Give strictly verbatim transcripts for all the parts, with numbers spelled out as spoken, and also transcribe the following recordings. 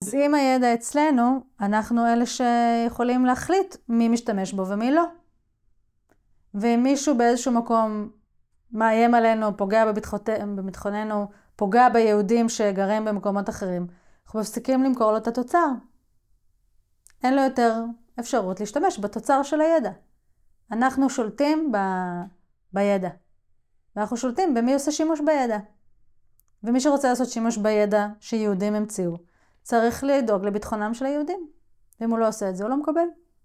אז אם הידע אצלנו, אנחנו אלה שיכולים להחליט מי משתמש בו ומי לא. ואם מישהו באיזשהו מקום מאיים עלינו, פוגע בביטחוננו, פוגע ביהודים שגרים במקומות אחרים, אנחנו מפסיקים למכור לו את התוצר. אין לו יותר אפשרות להשתמש בתוצר של הידע. אנחנו שולטים ב... בידע. ואנחנו שולטים במי עושה שימוש בידע. ומי שרוצה לעשות שימוש בידע שיהודים המציאו, צריך לדאוג לביטחונם של היהודים. ואם הוא לא עושה את זה, הוא לא מקבל.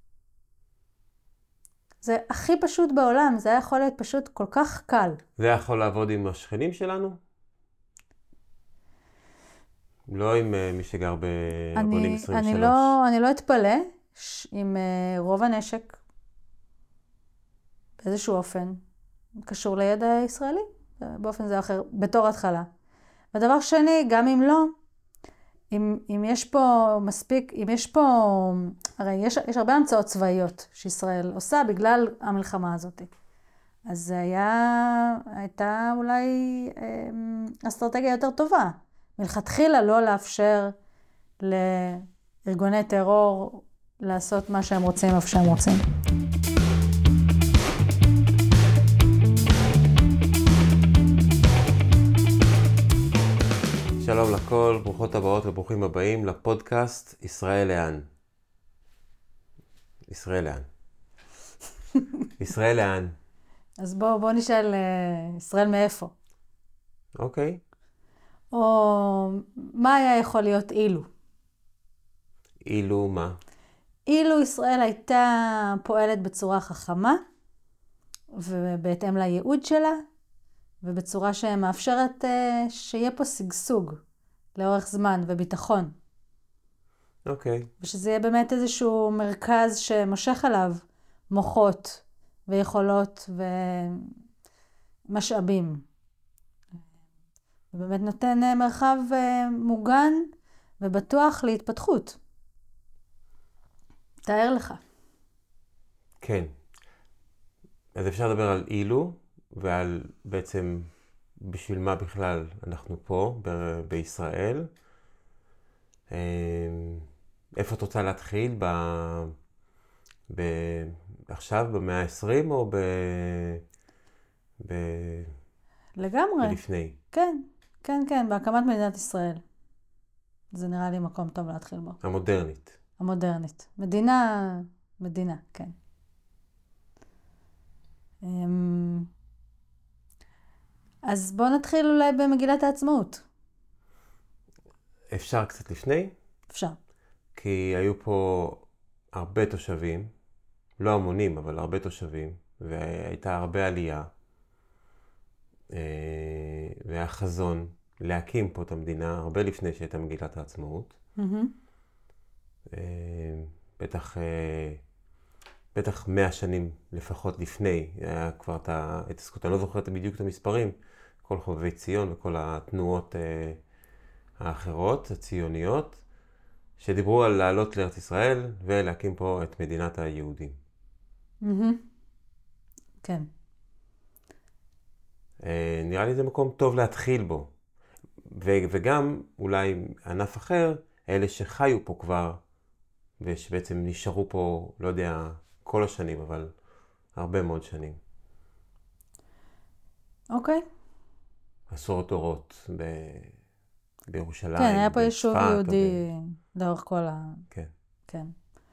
זה הכי פשוט בעולם, זה היה יכול להיות פשוט כל כך קל. זה יכול לעבוד עם השכנים שלנו? לא עם uh, מי שגר בבונים עשרים ושלוש. אני לא, אני לא אתפלא עם uh, רוב הנשק באיזשהו אופן קשור לידע הישראלי, באופן זה אחר, בתור התחלה. ודבר שני, גם אם לא, אם, אם יש פה מספיק, אם יש פה, הרי יש, יש הרבה המצאות צבאיות שישראל עושה בגלל המלחמה הזאת. אז זה היה, הייתה אולי אה, אסטרטגיה יותר טובה. מלכתחילה לא לאפשר לארגוני טרור לעשות מה שהם רוצים, איפה שהם רוצים. שלום לכל, ברוכות הבאות וברוכים הבאים לפודקאסט ישראל לאן. ישראל לאן. ישראל לאן. אז בואו בוא נשאל ישראל מאיפה. אוקיי. או מה היה יכול להיות אילו? אילו מה? אילו ישראל הייתה פועלת בצורה חכמה, ובהתאם לייעוד שלה, ובצורה שמאפשרת שיהיה פה סגסוג לאורך זמן וביטחון. אוקיי. ושזה יהיה באמת איזשהו מרכז שמושך עליו מוחות ויכולות ומשאבים. ובאמת נותן מרחב מוגן ובטוח להתפתחות. תאר לך. כן. אז אפשר לדבר על אילו, ועל בעצם בשביל מה בכלל אנחנו פה ב- בישראל. איפה את רוצה להתחיל? ב... ב... עכשיו במאה ה-עשרים או ב... ב... לגמרי. בלפני? כן, כן, כן, בהקמת מדינת ישראל. זה נראה לי מקום טוב להתחיל בו. המודרנית. המודרנית. מדינה, מדינה, כן. אז בואו נתחיל אולי במגילת העצמאות. אפשר קצת לפני? אפשר. כי היו פה הרבה תושבים, לא המונים, אבל הרבה תושבים, והייתה הרבה עלייה, והיה חזון להקים פה את המדינה, הרבה לפני שהייתה מגילת העצמאות. Mm-hmm. בטח, בטח מאה שנים לפחות לפני, היה כבר את ההתעסקות, אני לא זוכרת בדיוק את המספרים, כל חובבי ציון וכל התנועות האחרות, הציוניות, שדיברו על לעלות לארץ ישראל ולהקים פה את מדינת היהודים. Mm-hmm. כן. נראה לי זה מקום טוב להתחיל בו. ו- וגם אולי ענף אחר, אלה שחיו פה כבר, ושבעצם נשארו פה, לא יודע, כל השנים, אבל הרבה מאוד שנים. אוקיי. עשרות דורות ב- בירושלים. כן, היה פה יישוב יהודי ב... לאורך כל ה... כן. כן.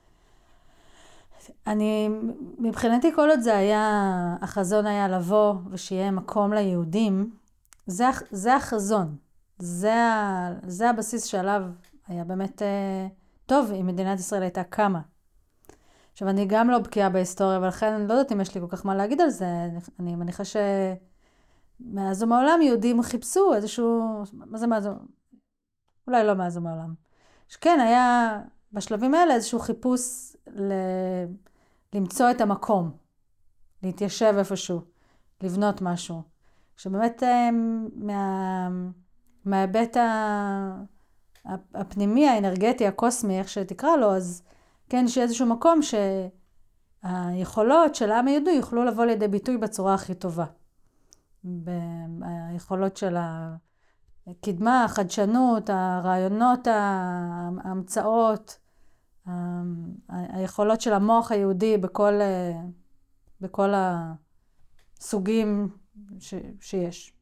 אני, מבחינתי כל עוד זה היה, החזון היה לבוא ושיהיה מקום ליהודים, זה, זה החזון. זה, זה הבסיס שעליו היה באמת אה, טוב אם מדינת ישראל הייתה קמה. עכשיו, אני גם לא בקיאה בהיסטוריה, ולכן אני לא יודעת אם יש לי כל כך מה להגיד על זה. אני מניחה שמאז ומעולם יהודים חיפשו איזשהו, מה זה מאז, אולי לא מאז ומעולם. שכן, היה בשלבים האלה איזשהו חיפוש ל... למצוא את המקום, להתיישב איפשהו, לבנות משהו. שבאמת מה... מההיבט הפנימי, האנרגטי, הקוסמי, איך שתקרא לו, אז כן, שיהיה איזשהו מקום שהיכולות של העם היהודי יוכלו לבוא לידי ביטוי בצורה הכי טובה. היכולות של הקדמה, החדשנות, הרעיונות, ההמצאות, היכולות של המוח היהודי בכל, בכל הסוגים ש, שיש.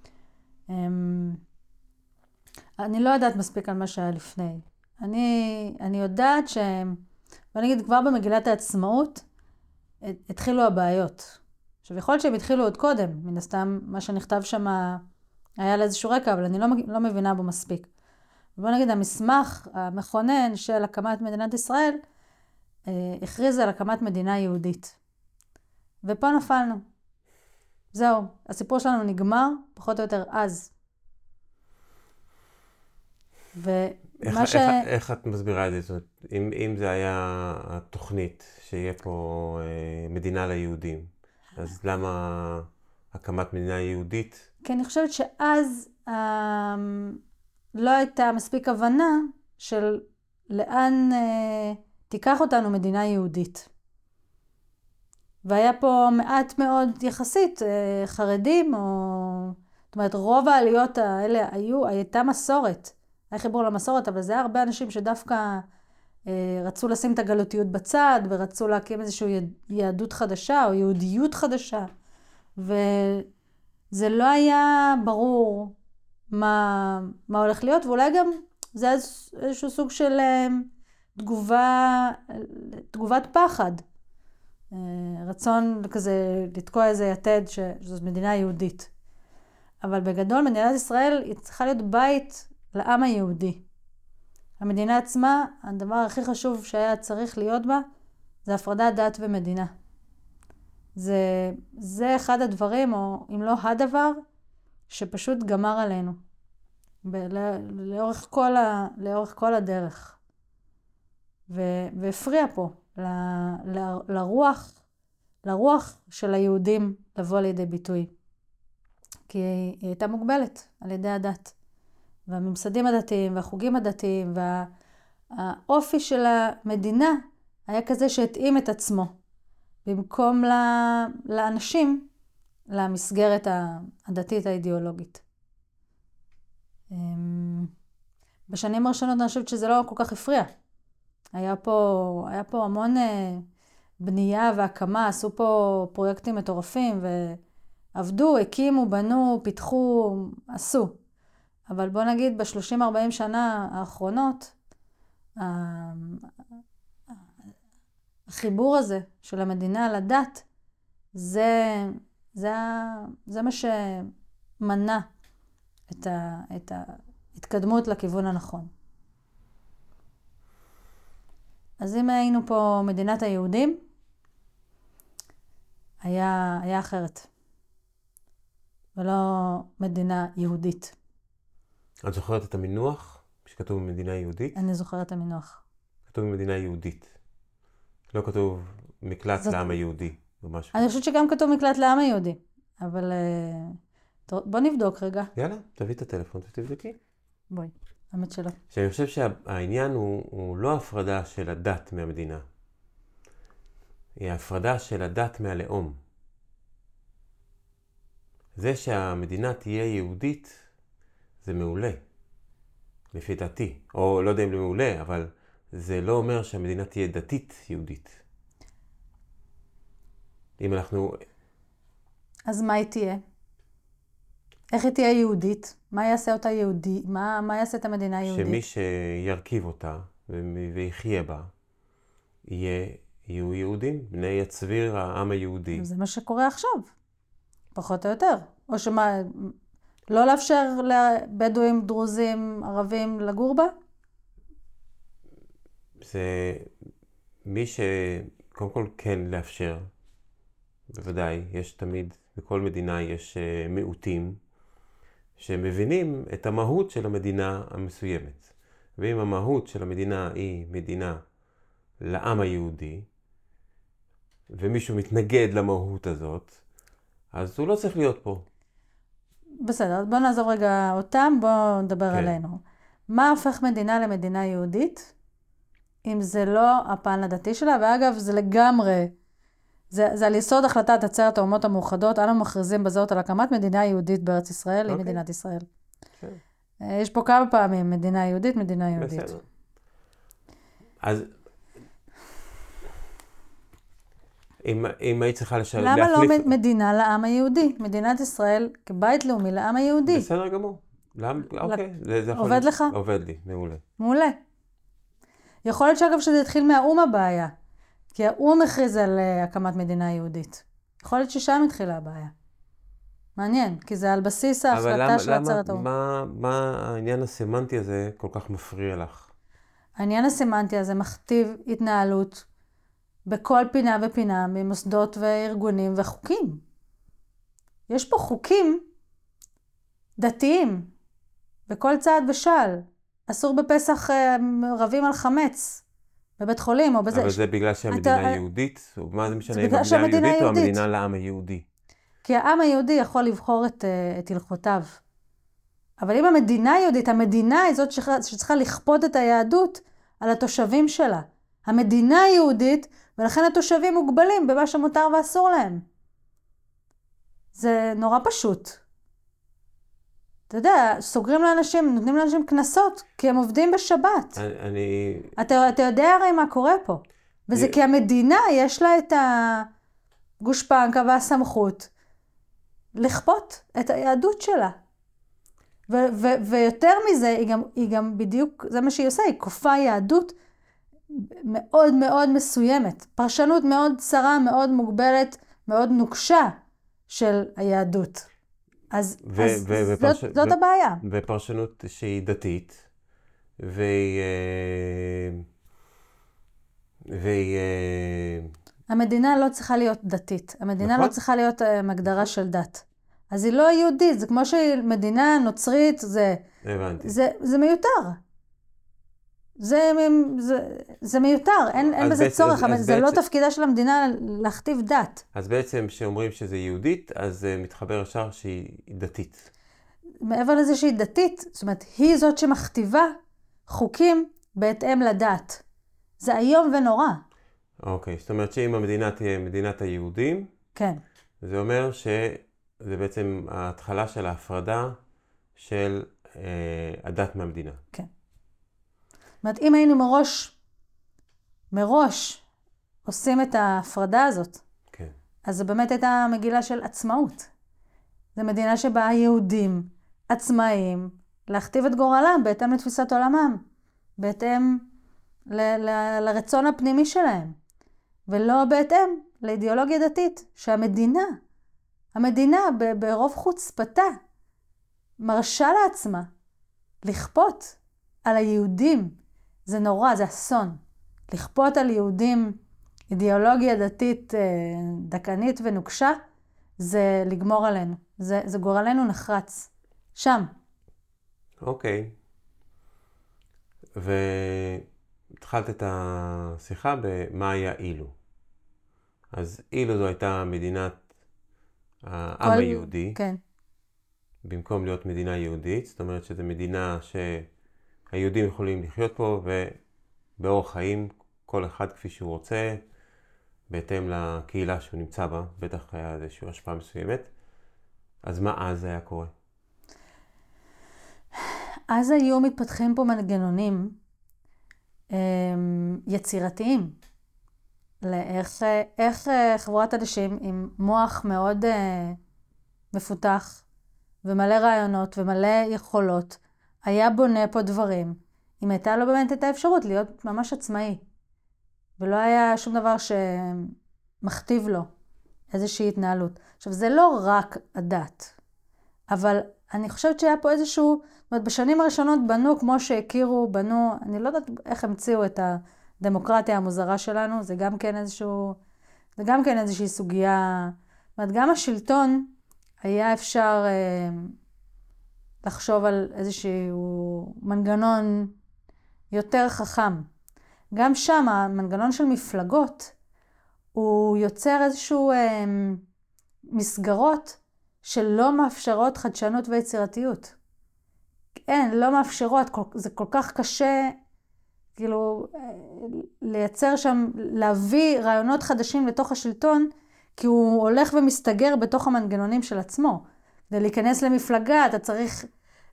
אני לא יודעת מספיק על מה שהיה לפני. אני, אני יודעת ש... ואני אגיד, כבר במגילת העצמאות התחילו הבעיות. עכשיו, יכול להיות שהם התחילו עוד קודם, מן הסתם מה שנכתב שם היה לאיזשהו רקע, אבל אני לא, לא מבינה בו מספיק. בוא נגיד, המסמך המכונן של הקמת מדינת ישראל אה, הכריז על הקמת מדינה יהודית. ופה נפלנו. זהו, הסיפור שלנו נגמר, פחות או יותר אז. איך, ש... איך, איך את מסבירה את זה? זאת אומרת, אם, אם זה היה התוכנית, שיהיה פה אה, מדינה ליהודים, אז למה הקמת מדינה יהודית? כי אני חושבת שאז אה, לא הייתה מספיק הבנה של לאן אה, תיקח אותנו מדינה יהודית. והיה פה מעט מאוד יחסית אה, חרדים, או... זאת אומרת, רוב העליות האלה היו, הייתה מסורת. היה חיבור למסורת, אבל זה היה הרבה אנשים שדווקא אה, רצו לשים את הגלותיות בצד, ורצו להקים איזושהי יהדות חדשה, או יהודיות חדשה. וזה לא היה ברור מה, מה הולך להיות, ואולי גם זה איזשהו סוג של אה, תגובה, תגובת פחד. אה, רצון כזה לתקוע איזה יתד שזאת מדינה יהודית. אבל בגדול מדינת ישראל היא צריכה להיות בית לעם היהודי. המדינה עצמה, הדבר הכי חשוב שהיה צריך להיות בה, זה הפרדת דת ומדינה. זה, זה אחד הדברים, או אם לא הדבר, שפשוט גמר עלינו. ב- לאורך כל, ה, לאורך כל הדרך. ו- והפריע פה ל, ל, לרוח, לרוח של היהודים לבוא לידי ביטוי. כי היא הייתה מוגבלת על ידי הדת. והממסדים הדתיים והחוגים הדתיים והאופי של המדינה היה כזה שהתאים את עצמו במקום לאנשים למסגרת הדתית האידיאולוגית. בשנים הראשונות אני חושבת שזה לא כל כך הפריע. היה פה, היה פה המון בנייה והקמה, עשו פה פרויקטים מטורפים ועבדו, הקימו, בנו, פיתחו, עשו. אבל בוא נגיד, ב-שלושים ארבעים שנה האחרונות, החיבור הזה של המדינה לדת, זה, זה, זה מה שמנע את, ה, את ההתקדמות לכיוון הנכון. אז אם היינו פה מדינת היהודים, היה, היה אחרת. ולא מדינה יהודית. את זוכרת את המינוח שכתוב במדינה יהודית? אני זוכרת את המינוח. כתוב במדינה יהודית. לא כתוב מקלט זאת... לעם היהודי או משהו. אני חושבת שגם כתוב מקלט לעם היהודי. אבל בוא נבדוק רגע. יאללה, תביא את הטלפון ותבדקי. בואי, האמת שלא. שאני חושב שהעניין הוא, הוא לא הפרדה של הדת מהמדינה. היא הפרדה של הדת מהלאום. זה שהמדינה תהיה יהודית, זה מעולה, לפי דעתי. או לא יודע אם זה מעולה, אבל זה לא אומר שהמדינה תהיה דתית יהודית. אם אנחנו... אז מה היא תהיה? איך היא תהיה יהודית? מה יעשה אותה יהודי? מה, מה יעשה את המדינה היהודית? שמי שירכיב אותה ויחיה בה, יהיה, יהיו יהודים, בני הצביר, העם היהודי. זה מה שקורה עכשיו, פחות או יותר. או שמה... לא לאפשר לבדואים, דרוזים, ערבים לגור בה? זה מי ש... קודם כל כן לאפשר. בוודאי, יש תמיד, בכל מדינה יש מיעוטים שמבינים את המהות של המדינה המסוימת. ואם המהות של המדינה היא מדינה לעם היהודי, ומישהו מתנגד למהות הזאת, אז הוא לא צריך להיות פה. בסדר, בוא נעזוב רגע אותם, בוא נדבר כן. עלינו. מה הופך מדינה למדינה יהודית, אם זה לא הפן הדתי שלה? ואגב, זה לגמרי, זה, זה על יסוד החלטת עצרת האומות המאוחדות, אנו מכריזים בזאת על הקמת מדינה יהודית בארץ ישראל, okay. היא מדינת ישראל. Okay. יש פה כמה פעמים, מדינה יהודית, מדינה יהודית. בסדר. אז אם, אם היית צריכה לש... למה להחליף... לא מדינה לעם היהודי? מדינת ישראל כבית לאומי לעם היהודי. בסדר גמור. למה? אוקיי. זה, זה עובד לך? עובד לי, מעולה. מעולה. יכול להיות שאגב שזה התחיל מהאום הבעיה, כי האום הכריז על הקמת מדינה יהודית. יכול להיות ששם התחילה הבעיה. מעניין, כי זה על בסיס ההחלטה של עצרת האום. מה, מה העניין הסמנטי הזה כל כך מפריע לך? העניין הסמנטי הזה מכתיב התנהלות בכל פינה ופינה ממוסדות וארגונים וחוקים. יש פה חוקים דתיים, בכל צעד ושעל. אסור בפסח רבים על חמץ, בבית חולים או בזה. אבל זה בגלל שהמדינה אתה... יהודית? או מה זה משנה זה אם המדינה יהודית או המדינה לעם היהודי? כי העם היהודי יכול לבחור את, את הלכותיו. אבל אם המדינה היהודית, המדינה היא זאת שצריכה לכפות את היהדות על התושבים שלה. המדינה היהודית, ולכן התושבים מוגבלים במה שמותר ואסור להם. זה נורא פשוט. אתה יודע, סוגרים לאנשים, נותנים לאנשים כנסות, כי הם עובדים בשבת. אני... אתה, אתה יודע הרי מה קורה פה. וזה אני... כי המדינה יש לה את הגושפנקה והסמכות לכפות את היהדות שלה. ו- ו- ויותר מזה, היא גם, היא גם בדיוק, זה מה שהיא עושה, היא כופה יהדות מאוד מאוד מסוימת. פרשנות מאוד צרה, מאוד מוגבלת, מאוד נוקשה של היהדות. אז, ו- אז ו- זאת, ופרש... זאת ו- הבעיה. ופרשנות שהיא דתית, והיא... והיא... המדינה לא צריכה להיות דתית. המדינה נכון? לא צריכה להיות הגדרה של דת. אז היא לא יהודית, זה כמו שהיא מדינה נוצרית, זה... הבנתי. זה, זה מיותר. זה, זה, זה מיותר, אין, אין בזה בעצם, צורך, אבל זה בעצם, לא תפקידה של המדינה להכתיב דת. אז בעצם שאומרים שזה יהודית, אז uh, מתחבר ישר שהיא דתית. מעבר לזה שהיא דתית, זאת אומרת, היא זאת שמכתיבה חוקים בהתאם לדת. זה איום ונורא. אוקיי, זאת אומרת שאם המדינה תהיה מדינת היהודים, כן. זה אומר שזה בעצם ההתחלה של ההפרדה של uh, הדת מהמדינה. כן. זאת אומרת, אם היינו מראש, מראש עושים את ההפרדה הזאת, כן. אז זו באמת הייתה מגילה של עצמאות. זו מדינה שבה היהודים עצמאים להכתיב את גורלם בהתאם לתפיסת עולמם, בהתאם ל- ל- לרצון הפנימי שלהם, ולא בהתאם לאידיאולוגיה דתית, שהמדינה, המדינה ב- ברוב חוצפתה, מרשה לעצמה לכפות על היהודים. זה נורא, זה אסון. לכפות על יהודים אידיאולוגיה דתית דקנית ונוקשה, זה לגמור עלינו. זה, זה גורלנו נחרץ. שם. אוקיי. והתחלת את השיחה במה היה אילו. אז אילו זו הייתה מדינת העם כל... היהודי. כן. במקום להיות מדינה יהודית. זאת אומרת שזו מדינה ש... היהודים יכולים לחיות פה ובאורח חיים, כל אחד כפי שהוא רוצה, בהתאם לקהילה שהוא נמצא בה, בטח היה איזושהי השפעה מסוימת. אז מה אז היה קורה? אז היו מתפתחים פה מנגנונים יצירתיים, לאיך איך חבורת אנשים עם מוח מאוד מפותח, ומלא רעיונות ומלא יכולות, היה בונה פה דברים, אם הייתה לו באמת את האפשרות להיות ממש עצמאי. ולא היה שום דבר שמכתיב לו איזושהי התנהלות. עכשיו, זה לא רק הדת, אבל אני חושבת שהיה פה איזשהו, זאת אומרת, בשנים הראשונות בנו כמו שהכירו, בנו, אני לא יודעת איך המציאו את הדמוקרטיה המוזרה שלנו, זה גם כן איזשהו, זה גם כן איזושהי סוגיה, זאת אומרת, גם השלטון היה אפשר אה, לחשוב על איזשהו מנגנון יותר חכם. גם שם המנגנון של מפלגות הוא יוצר איזשהו אה, מסגרות שלא מאפשרות חדשנות ויצירתיות. אין, לא מאפשרות, זה כל כך קשה כאילו לייצר שם, להביא רעיונות חדשים לתוך השלטון, כי הוא הולך ומסתגר בתוך המנגנונים של עצמו. כדי להיכנס למפלגה אתה צריך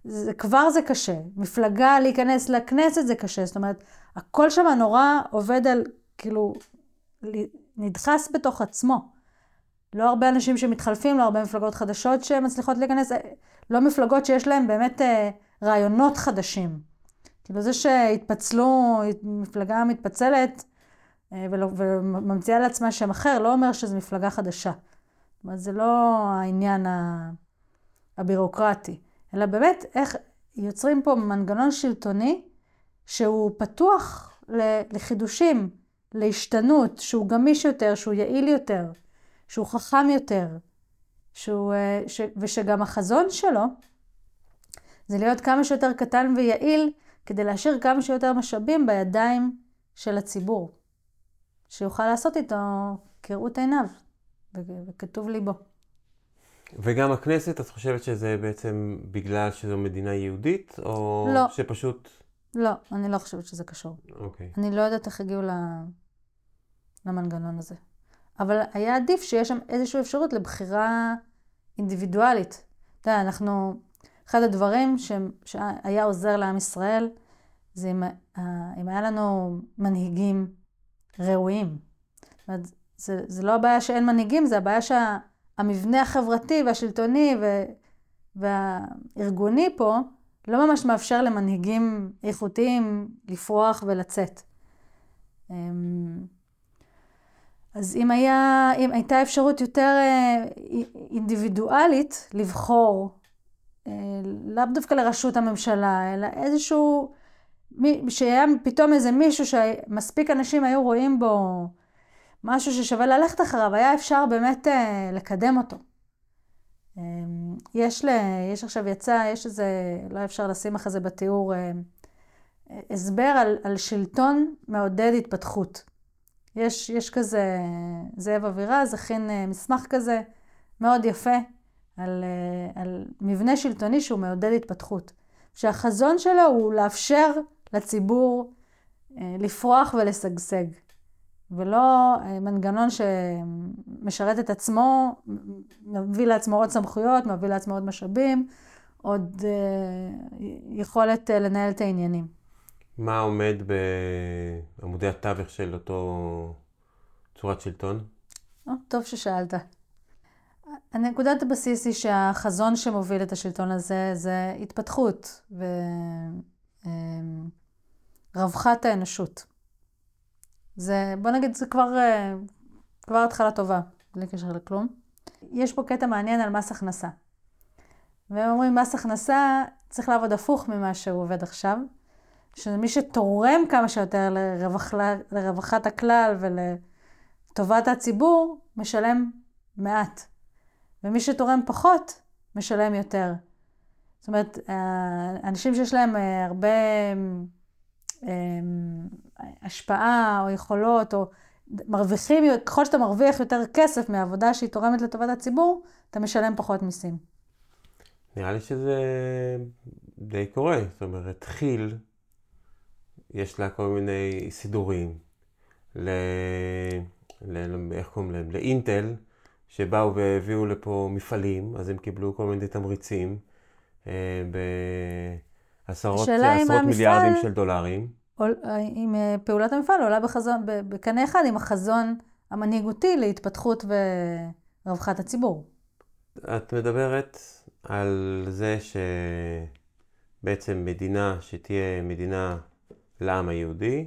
זה, כבר זה קשה. מפלגה להיכנס לכנסת זה קשה. זאת אומרת, הכל שם נורא עובד על, כאילו, נדחס בתוך עצמו. לא הרבה אנשים שמתחלפים, לא הרבה מפלגות חדשות שמצליחות להיכנס, לא מפלגות שיש להם באמת אה, רעיונות חדשים. כאילו זה שהתפצלו, מפלגה מתפצלת אה, ולא, וממציאה לעצמה שם אחר, לא אומר שזו מפלגה חדשה. זאת אומרת, זה לא העניין הבירוקרטי, אלא באמת איך יוצרים פה מנגנון שלטוני שהוא פתוח לחידושים, להשתנות, שהוא גמיש יותר, שהוא יעיל יותר, שהוא חכם יותר, שהוא, ש, ושגם החזון שלו זה להיות כמה שיותר קטן ויעיל, כדי להשאיר כמה שיותר משאבים בידיים של הציבור, שיוכל לעשות איתו כראות עיניו וכתוב ליבו. וגם הכנסת, את חושבת שזה בעצם בגלל שזו מדינה יהודית, או לא. שפשוט... לא, אני לא חושבת שזה קשור. אוקיי. אני לא יודעת איך הגיעו למנגנון הזה. אבל היה עדיף שיש שם איזושהי אפשרות לבחירה אינדיבידואלית. אתה יודע, אנחנו... אחד הדברים ש... שהיה עוזר לעם ישראל, זה אם, אם היה לנו מנהיגים ראויים. זאת אומרת, זה, זה לא הבעיה שאין מנהיגים, זה הבעיה שהמבנה החברתי והשלטוני ו... והארגוני פה לא ממש מאפשר למנהיגים איכותיים לפרוח ולצאת. אז אם, היה, אם הייתה אפשרות יותר אינדיבידואלית לבחור, לאו דווקא לראשות הממשלה, אלא איזשהו, שהיה פתאום איזה מישהו שמספיק אנשים היו רואים בו משהו ששווה ללכת אחריו, היה אפשר באמת לקדם אותו. יש, ל, יש עכשיו יצא, יש איזה, לא אפשר לשים אחרי זה בתיאור, הסבר על, על שלטון מעודד התפתחות. יש, יש כזה, זאב אבירז הכין מסמך כזה מאוד יפה על, על מבנה שלטוני שהוא מעודד התפתחות. שהחזון שלו הוא לאפשר לציבור לפרוח ולשגשג. ולא מנגנון שמשרת את עצמו, מביא לעצמו עוד סמכויות, מביא לעצמו עוד משאבים, עוד יכולת לנהל את העניינים. מה עומד בעמודי התווך של אותו צורת שלטון? או, טוב ששאלת. הנקודת הבסיס היא שהחזון שמוביל את השלטון הזה זה התפתחות ורווחת האנושות. זה, בוא נגיד, זה כבר, כבר התחלה טובה, בלי קשר לכלום. יש פה קטע מעניין על מס הכנסה. והם אומרים, מס הכנסה צריך לעבוד הפוך ממה שהוא עובד עכשיו, שמי שתורם כמה שיותר לרווח, לרווחת הכלל ולטובת הציבור, משלם מעט. ומי שתורם פחות, משלם יותר. זאת אומרת, אנשים שיש להם הרבה השפעה או יכולות, או מרוויחים, ככל שאתה מרוויח יותר כסף מהעבודה שהיא תורמת לטובת הציבור, אתה משלם פחות מיסים. נראה לי שזה די קורה. זאת אומרת, חיל, יש לה כל מיני סידורים, ל... ל... איך קוראים להם? לאינטל, שבאו והביאו לפה מפעלים, אז הם קיבלו כל מיני תמריצים, בעשרות מיליארדים של דולרים. אם פעולת המפעל עולה בחזון, בקנה אחד עם החזון המנהיגותי להתפתחות ורווחת הציבור. את מדברת על זה שבעצם מדינה שתהיה מדינה לעם היהודי,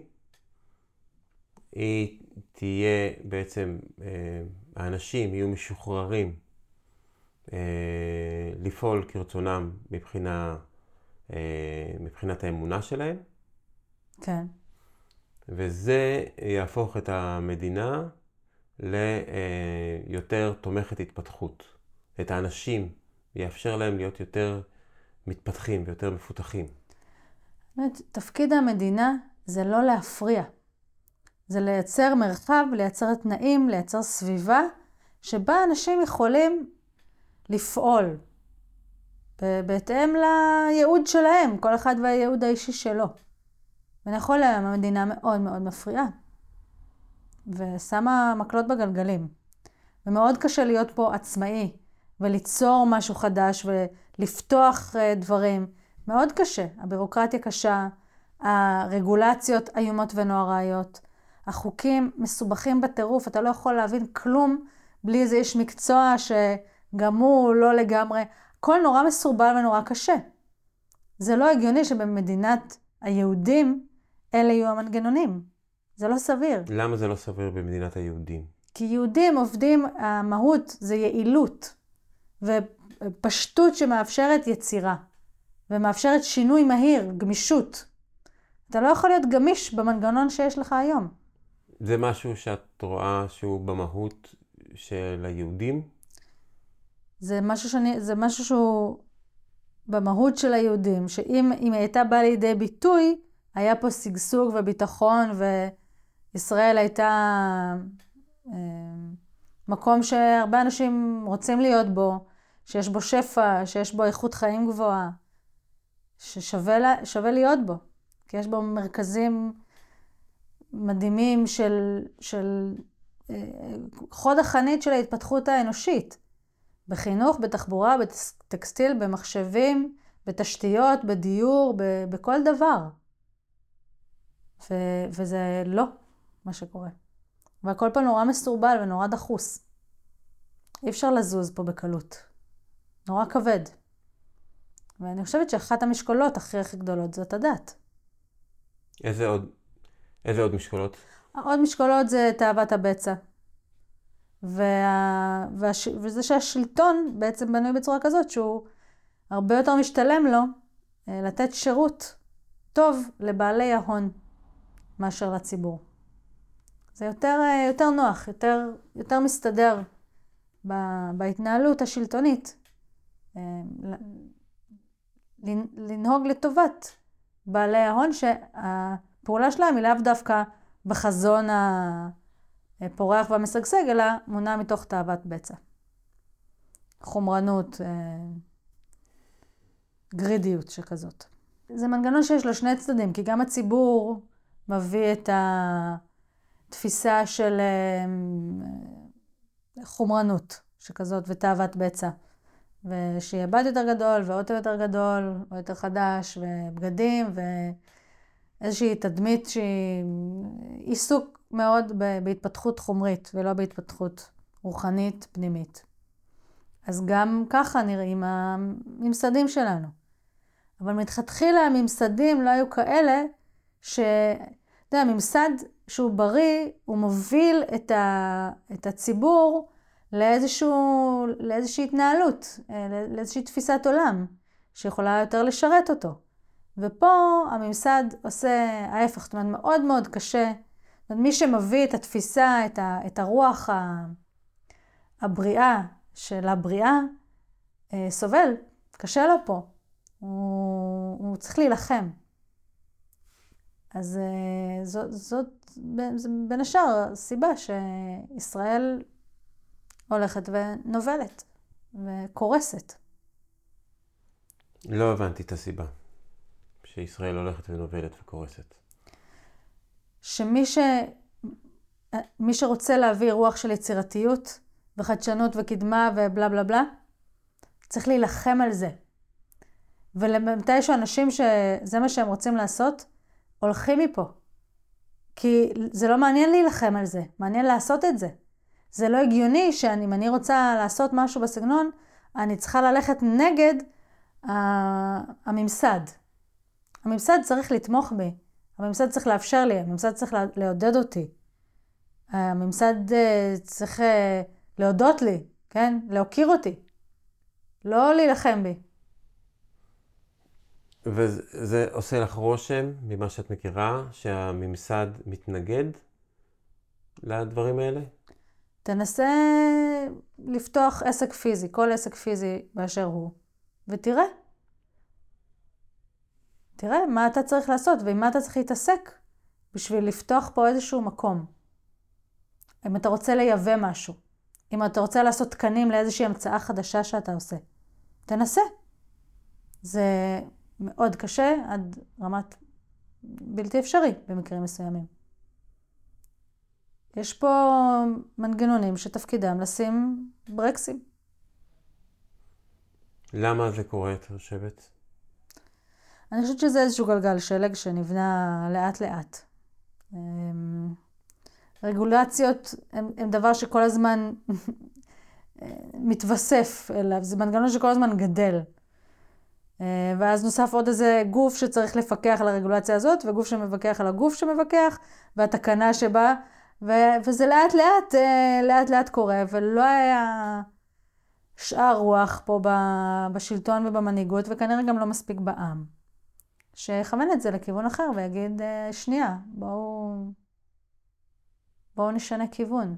היא תהיה בעצם, האנשים יהיו משוחררים לפעול כרצונם מבחינה, מבחינת האמונה שלהם. כן. וזה יהפוך את המדינה ליותר תומכת התפתחות. את האנשים יאפשר להם להיות יותר מתפתחים ויותר מפותחים. באמת, תפקיד המדינה זה לא להפריע. זה לייצר מרחב, לייצר תנאים, לייצר סביבה, שבה אנשים יכולים לפעול בהתאם לייעוד שלהם, כל אחד והייעוד האישי שלו. ונכון להם, המדינה מאוד מאוד מפריעה, ושמה מקלות בגלגלים. ומאוד קשה להיות פה עצמאי, וליצור משהו חדש, ולפתוח דברים, מאוד קשה. הבירוקרטיה קשה, הרגולציות איומות ונוראיות, החוקים מסובכים בטירוף, אתה לא יכול להבין כלום בלי איזה איש מקצוע שגם הוא לא לגמרי, הכל נורא מסורבל ונורא קשה. זה לא הגיוני שבמדינת היהודים אלה יהיו המנגנונים. זה לא סביר. למה זה לא סביר במדינת היהודים? כי יהודים עובדים, המהות זה יעילות ופשטות שמאפשרת יצירה ומאפשרת שינוי מהיר, גמישות. אתה לא יכול להיות גמיש במנגנון שיש לך היום. זה משהו שאת רואה שהוא במהות של היהודים? זה משהו, שאני, זה משהו שהוא במהות של היהודים, שאם אם הייתה באה לידי ביטוי, היה פה שגשוג וביטחון, וישראל הייתה אה, מקום שהרבה אנשים רוצים להיות בו, שיש בו שפע, שיש בו איכות חיים גבוהה, ששווה לה, שווה להיות בו, כי יש בו מרכזים מדהימים של, של אה, חוד החנית של ההתפתחות האנושית. בחינוך, בתחבורה, בטקסטיל, במחשבים, בתשתיות, בדיור, ב- בכל דבר. ו- וזה לא מה שקורה. והכל פה נורא מסורבל ונורא דחוס. אי אפשר לזוז פה בקלות. נורא כבד. ואני חושבת שאחת המשקולות הכי הכי גדולות זאת הדת. איזה עוד, איזה עוד משקולות? עוד משקולות זה תאוות הבצע. וה... והש... וזה שהשלטון בעצם בנוי בצורה כזאת שהוא הרבה יותר משתלם לו לתת שירות טוב לבעלי ההון מאשר לציבור. זה יותר, יותר נוח, יותר, יותר מסתדר בהתנהלות השלטונית. לנהוג לטובת בעלי ההון שהפעולה שלהם היא לאו דווקא בחזון הפורח והמשגשג, אלא מונע מתוך תאוות בצע. חומרנות, גרידיות שכזאת. זה מנגנון שיש לו שני צדדים, כי גם הציבור מביא את התפיסה של חומרנות שכזאת ותאוות בצע. ושיהיה בד יותר גדול ואוטו יותר גדול, או יותר חדש, ובגדים, ואיזושהי תדמית שהיא עיסוק מאוד בהתפתחות חומרית, ולא בהתפתחות רוחנית פנימית. אז גם ככה נראים הממסדים שלנו. אבל מתחילה הממסדים לא היו כאלה ש... אתה יודע, הממסד שהוא בריא, הוא מוביל את, ה... את הציבור לאיזשהו... לאיזושהי התנהלות, לאיזושהי תפיסת עולם, שיכולה יותר לשרת אותו. ופה הממסד עושה ההפך, זאת אומרת, מאוד מאוד קשה. זאת אומרת, מי שמביא את התפיסה, את, ה... את הרוח ה... הבריאה של הבריאה, סובל, קשה לו פה. הוא, הוא צריך להילחם. אז זאת, זאת בין השאר הסיבה שישראל הולכת ונובלת וקורסת. לא הבנתי את הסיבה שישראל הולכת ונובלת וקורסת. שמי ש... מי שרוצה להביא רוח של יצירתיות וחדשנות וקדמה ובלה בלה בלה, צריך להילחם על זה. ולמתי שאנשים שזה מה שהם רוצים לעשות, הולכים מפה. כי זה לא מעניין להילחם על זה, מעניין לעשות את זה. זה לא הגיוני שאם אני רוצה לעשות משהו בסגנון, אני צריכה ללכת נגד הממסד. הממסד צריך לתמוך בי, הממסד צריך לאפשר לי, הממסד צריך לעודד אותי. הממסד צריך להודות לי, כן? להוקיר אותי. לא להילחם בי. וזה עושה לך רושם, ממה שאת מכירה, שהממסד מתנגד לדברים האלה? תנסה לפתוח עסק פיזי, כל עסק פיזי באשר הוא, ותראה. תראה מה אתה צריך לעשות ועם מה אתה צריך להתעסק בשביל לפתוח פה איזשהו מקום. אם אתה רוצה לייבא משהו, אם אתה רוצה לעשות תקנים לאיזושהי המצאה חדשה שאתה עושה, תנסה. זה מאוד קשה עד רמת בלתי אפשרי במקרים מסוימים. יש פה מנגנונים שתפקידם לשים ברקסים. למה זה קורה, את חושבת? אני חושבת שזה איזשהו גלגל שלג שנבנה לאט לאט. רגולציות הם, הם דבר שכל הזמן מתווסף אליו, זה מנגנון שכל הזמן גדל. ואז נוסף עוד איזה גוף שצריך לפקח על הרגולציה הזאת, וגוף שמבקח על הגוף שמבקח, והתקנה שבה, ו- וזה לאט לאט, לאט לאט קורה, ולא היה שאר רוח פה ב- בשלטון ובמנהיגות, וכנראה גם לא מספיק בעם. שיכוון את זה לכיוון אחר ויגיד, שנייה, בואו, בואו נשנה כיוון.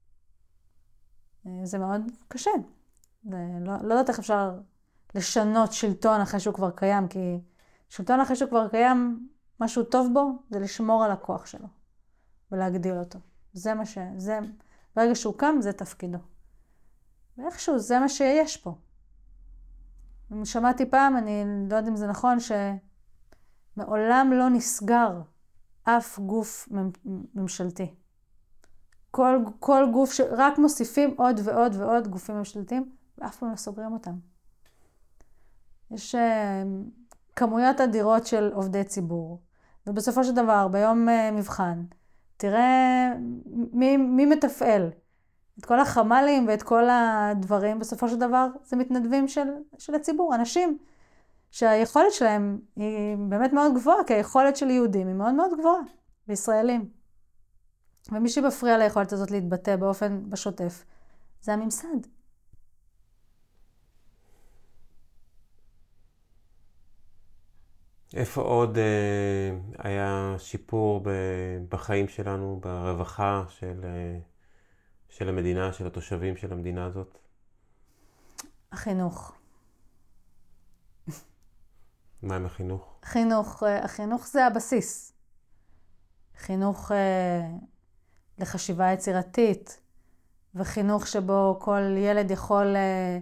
זה מאוד קשה. זה לא, לא יודעת איך אפשר לשנות שלטון אחרי שהוא כבר קיים, כי שלטון אחרי שהוא כבר קיים, משהו טוב בו, זה לשמור על הכוח שלו, ולהגדיל אותו. זה מה ש... זה... ברגע שהוא קם, זה תפקידו. ואיכשהו, זה מה שיש פה. שמעתי פעם, אני לא יודעת אם זה נכון, שמעולם לא נסגר אף גוף ממשלתי. כל, כל גוף שרק מוסיפים עוד ועוד ועוד גופים ממשלתיים, ואף פעם לא סוגרים אותם. יש uh, כמויות אדירות של עובדי ציבור. ובסופו של דבר, ביום uh, מבחן, תראה מי, מי מתפעל. את כל החמלים ואת כל הדברים, בסופו של דבר, זה מתנדבים של, של הציבור, אנשים שהיכולת שלהם היא באמת מאוד גבוהה, כי היכולת של יהודים היא מאוד מאוד גבוהה, בישראלים. ומי שמפריע ליכולת הזאת להתבטא באופן בשוטף, זה הממסד. איפה עוד אה, היה שיפור ב, בחיים שלנו, ברווחה של, אה, של המדינה, של התושבים של המדינה הזאת? החינוך. מה עם החינוך? חינוך, החינוך זה הבסיס. חינוך אה, לחשיבה יצירתית, וחינוך שבו כל ילד יכול אה,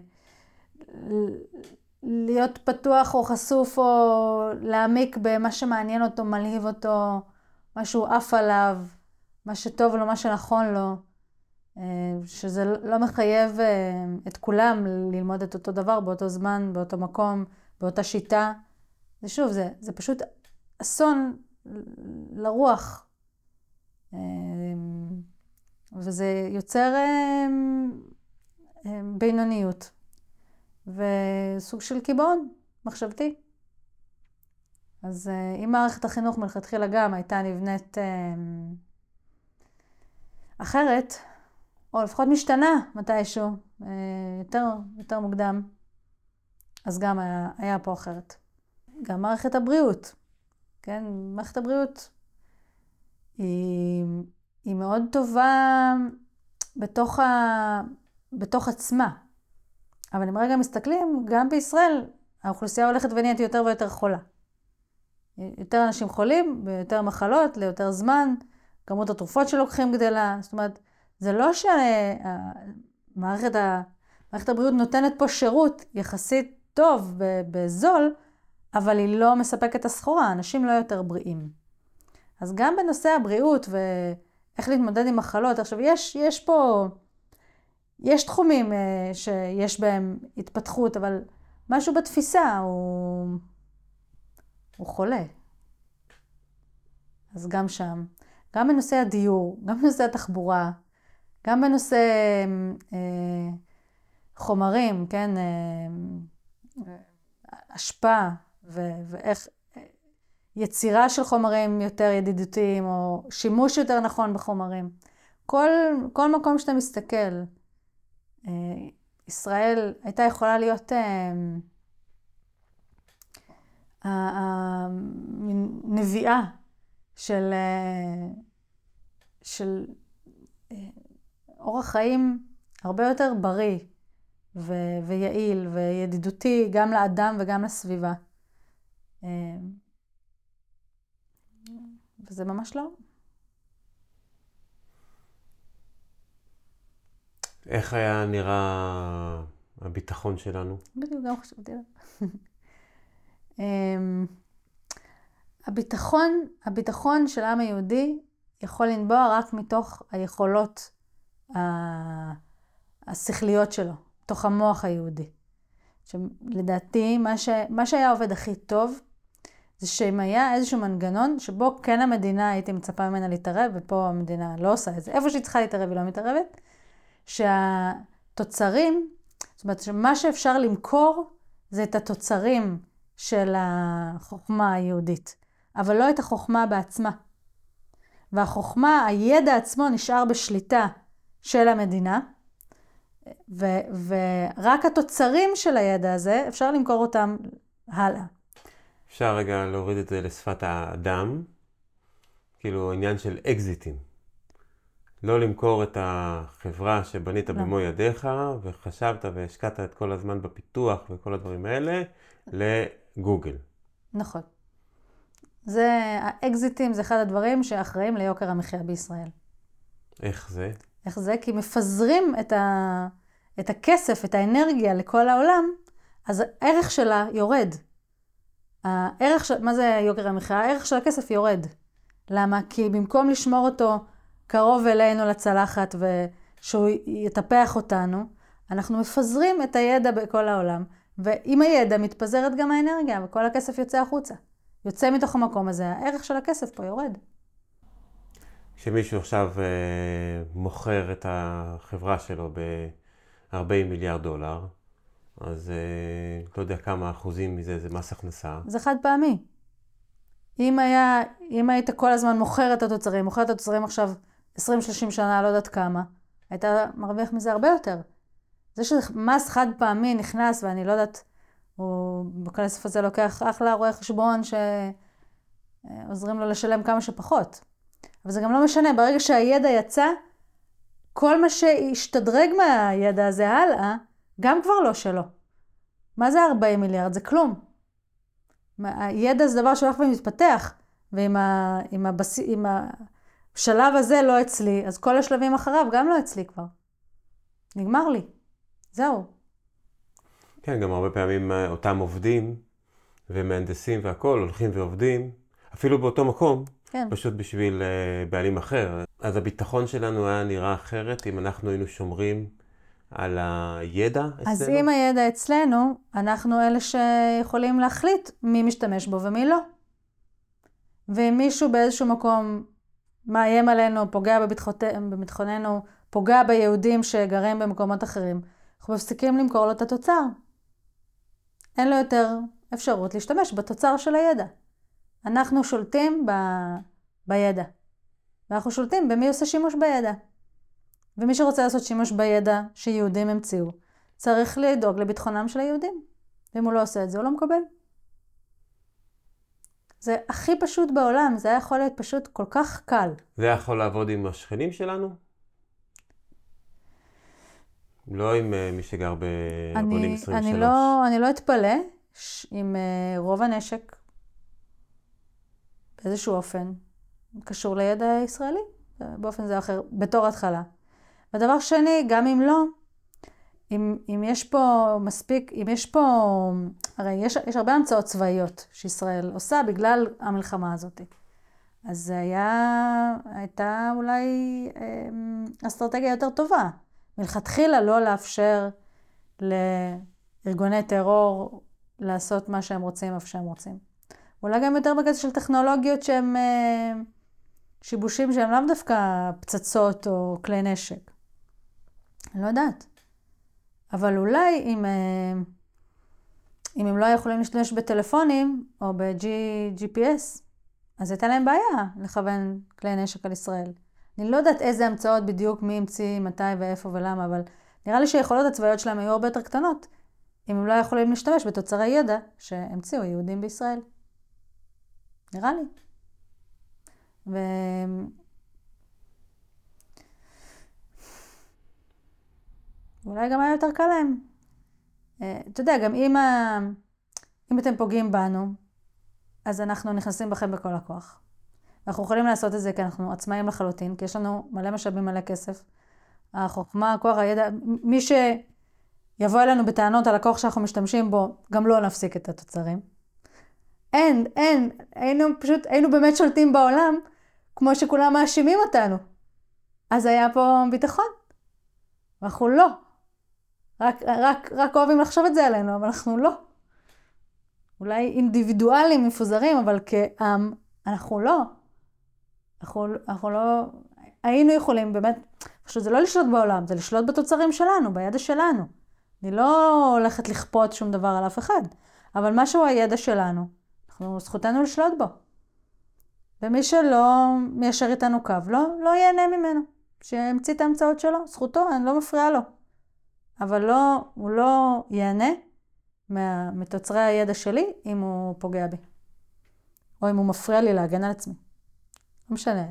להיות פתוח או חשוף או להעמיק במה שמעניין אותו, מלהיב אותו, מה שהוא עף עליו, מה שטוב לו, מה שנכון לו, שזה לא מחייב את כולם ללמוד את אותו דבר באותו זמן, באותו מקום, באותה שיטה. זה שוב, זה, זה פשוט אסון לרוח. וזה יוצר בינוניות. וסוג של קיבעון מחשבתי. אז אם מערכת החינוך מלכתחילה גם הייתה נבנית אחרת, או לפחות משתנה מתישהו, יותר, יותר מוקדם, אז גם היה, היה פה אחרת. גם מערכת הבריאות, כן? מערכת הבריאות היא, היא מאוד טובה בתוך, ה, בתוך עצמה. אבל אם רגע מסתכלים, גם בישראל האוכלוסייה הולכת ונהיית יותר ויותר חולה. יותר אנשים חולים, ביותר מחלות, ליותר זמן, כמות התרופות שלוקחים גדלה. זאת אומרת, זה לא שמערכת ה... מערכת הבריאות נותנת פה שירות יחסית טוב בזול, אבל היא לא מספקת את הסחורה, אנשים לא יותר בריאים. אז גם בנושא הבריאות ואיך להתמודד עם מחלות, עכשיו יש, יש פה... יש תחומים שיש בהם התפתחות, אבל משהו בתפיסה הוא, הוא חולה. אז גם שם, גם בנושא הדיור, גם בנושא התחבורה, גם בנושא אה, חומרים, כן, אה, השפעה ו- ואיך יצירה של חומרים יותר ידידותיים, או שימוש יותר נכון בחומרים. כל, כל מקום שאתה מסתכל, ישראל הייתה יכולה להיות נביאה של, של אורח חיים הרבה יותר בריא ו- ויעיל וידידותי גם לאדם וגם לסביבה. וזה ממש לא. איך היה נראה הביטחון שלנו? בדיוק, גם חשבתי לה. הביטחון, הביטחון של העם היהודי יכול לנבוע רק מתוך היכולות השכליות שלו, מתוך המוח היהודי. לדעתי, מה, ש, מה שהיה עובד הכי טוב, זה שאם היה איזשהו מנגנון שבו כן המדינה הייתי מצפה ממנה להתערב, ופה המדינה לא עושה את זה. איפה שהיא צריכה להתערב היא לא מתערבת. שהתוצרים, זאת אומרת שמה שאפשר למכור זה את התוצרים של החוכמה היהודית, אבל לא את החוכמה בעצמה. והחוכמה, הידע עצמו נשאר בשליטה של המדינה, ו- ורק התוצרים של הידע הזה אפשר למכור אותם הלאה. אפשר רגע להוריד את זה לשפת האדם, כאילו עניין של אקזיטים. לא למכור את החברה שבנית לא. במו ידיך, וחשבת והשקעת את כל הזמן בפיתוח וכל הדברים האלה, לגוגל. נכון. זה, האקזיטים זה אחד הדברים שאחראים ליוקר המחיה בישראל. איך זה? איך זה? כי מפזרים את, ה, את הכסף, את האנרגיה לכל העולם, אז הערך שלה יורד. הערך של, מה זה יוקר המחיה? הערך של הכסף יורד. למה? כי במקום לשמור אותו קרוב אלינו לצלחת ושהוא יטפח אותנו, אנחנו מפזרים את הידע בכל העולם, ועם הידע מתפזרת גם האנרגיה, וכל הכסף יוצא החוצה. יוצא מתוך המקום הזה, הערך של הכסף פה יורד. כשמישהו עכשיו אה, מוכר את החברה שלו ב-ארבעים מיליארד דולר, אז אה, לא יודע כמה אחוזים מזה זה מס הכנסה. זה חד פעמי. אם, היה, אם היית כל הזמן מוכר את התוצרים, מוכר את התוצרים עכשיו עשרים שלושים שנה, לא יודעת כמה, היית מרוויח מזה הרבה יותר. זה שמס חד פעמי נכנס, ואני לא יודעת, הוא בכסף הזה לוקח אחלה רואה חשבון שעוזרים לו לשלם כמה שפחות. אבל זה גם לא משנה, ברגע שהידע יצא, כל מה שהשתדרג מהידע הזה הלאה, גם כבר לא שלו. מה זה ארבעים מיליארד? זה כלום. הידע זה דבר שהולך ומתפתח, ואם ה, עם הבס... עם השלב הזה לא אצלי, אז כל השלבים אחריו גם לא אצלי כבר. נגמר לי. זהו. כן, גם הרבה פעמים אותם עובדים ומהנדסים והכל הולכים ועובדים, אפילו באותו מקום, כן. פשוט בשביל uh, בעלים אחר. אז הביטחון שלנו היה נראה אחרת אם אנחנו היינו שומרים על הידע אצלנו? אז אם הידע אצלנו, אנחנו אלה שיכולים להחליט מי משתמש בו ומי לא. ואם מישהו באיזשהו מקום מאיים עלינו, פוגע בביטחוננו, פוגע ביהודים שגרים במקומות אחרים, אנחנו מפסיקים למכור לו את התוצר. אין לו יותר אפשרות להשתמש בתוצר של הידע. אנחנו שולטים ב... בידע. ואנחנו שולטים במי עושה שימוש בידע. ומי שרוצה לעשות שימוש בידע שיהודים המציאו, צריך לדאוג לביטחונם של היהודים. ואם הוא לא עושה את זה, הוא לא מקבל. זה הכי פשוט בעולם, זה היה יכול להיות פשוט כל כך קל. זה יכול לעבוד עם השכנים שלנו? לא עם uh, מי שגר בבונים עשרים ושלוש. אני לא, אני לא אתפלא עם uh, רוב הנשק באיזשהו אופן קשור לידע ישראלי, באופן זה אחר, בתור התחלה. ודבר שני, גם אם לא, אם, אם יש פה מספיק, אם יש פה, הרי יש, יש הרבה המצאות צבאיות שישראל עושה בגלל המלחמה הזאת. אז זה היה, הייתה אולי אה, אסטרטגיה יותר טובה. מלכתחילה לא לאפשר לארגוני טרור לעשות מה שהם רוצים, איפה שהם רוצים. אולי גם יותר בקטע של טכנולוגיות שהם אה, שיבושים שהם לאו דווקא פצצות או כלי נשק. אני לא יודעת. אבל אולי אם, אם הם לא יכולים להשתמש בטלפונים או ב-ג'י פי אס, אז הייתה להם בעיה לכוון כלי נשק על ישראל. אני לא יודעת איזה המצאות בדיוק, מי המציא, מתי ואיפה ולמה, אבל נראה לי שהיכולות הצבאיות שלהם היו הרבה יותר קטנות, אם הם לא יכולים להשתמש בתוצרי ידע שהמציאו יהודים בישראל. נראה לי. ו... אולי גם היה יותר קל להם. אתה יודע, גם אם, ה... אם אתם פוגעים בנו, אז אנחנו נכנסים בכם בכל הכוח. אנחנו יכולים לעשות את זה כי אנחנו עצמאים לחלוטין, כי יש לנו מלא משאבים, מלא כסף. החוכמה, הכוח, הידע, מי שיבוא אלינו בטענות על הכוח שאנחנו משתמשים בו, גם לא נפסיק את התוצרים. אין, אין, היינו פשוט, היינו באמת שולטים בעולם, כמו שכולם מאשימים אותנו. אז היה פה ביטחון. ואנחנו לא. רק, רק, רק אוהבים לחשוב את זה עלינו, אבל אנחנו לא. אולי אינדיבידואלים מפוזרים, אבל כעם, אנחנו לא. אנחנו, אנחנו לא, היינו יכולים באמת, פשוט זה לא לשלוט בעולם, זה לשלוט בתוצרים שלנו, בידע שלנו. אני לא הולכת לכפות שום דבר על אף אחד, אבל משהו הידע שלנו, אנחנו זכותנו לשלוט בו. ומי שלא מיישר איתנו קו, לא, לא ייהנה ממנו. שימציא את האמצעות שלו, זכותו, אני לא מפריעה לו. אבל לא, הוא לא ייהנה מה, מתוצרי הידע שלי אם הוא פוגע בי. או אם הוא מפריע לי להגן על עצמי. לא משנה.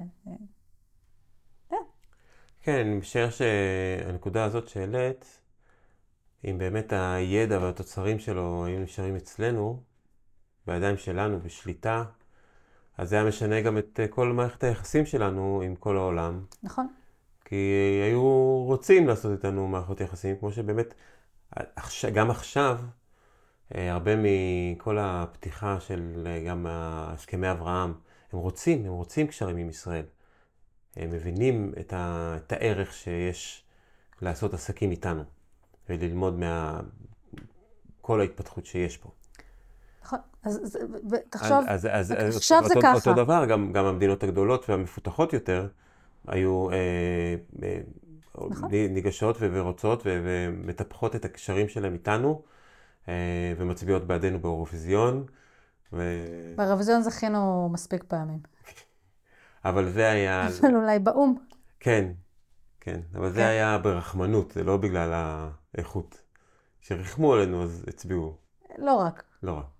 כן, אני משער שהנקודה הזאת שהעלית, אם באמת הידע והתוצרים שלו היו נשארים אצלנו, בידיים שלנו, בשליטה, אז זה היה משנה גם את כל מערכת היחסים שלנו עם כל העולם. נכון. כי היו רוצים לעשות איתנו מערכות יחסים, כמו שבאמת, גם עכשיו, הרבה מכל הפתיחה של גם הסכמי אברהם, הם רוצים, הם רוצים קשרים עם ישראל. הם מבינים את, ה, את הערך שיש לעשות עסקים איתנו, וללמוד מה... כל ההתפתחות שיש פה. נכון, אז תחשוב, אז, אז, אז, עכשיו אז זה אותו, ככה. אותו דבר, גם, גם המדינות הגדולות והמפותחות יותר, היו אה, אה, נכון. ניגשות ורוצות ומטפחות את הקשרים שלהם איתנו, אה, ומצביעות בעדינו באירוויזיון. ו... באירוויזיון זכינו מספיק פעמים. אבל זה היה... אבל אולי באום. כן, כן, אבל זה היה ברחמנות, זה לא בגלל האיכות. שרחמו עלינו אז הצביעו. לא רק. לא רק.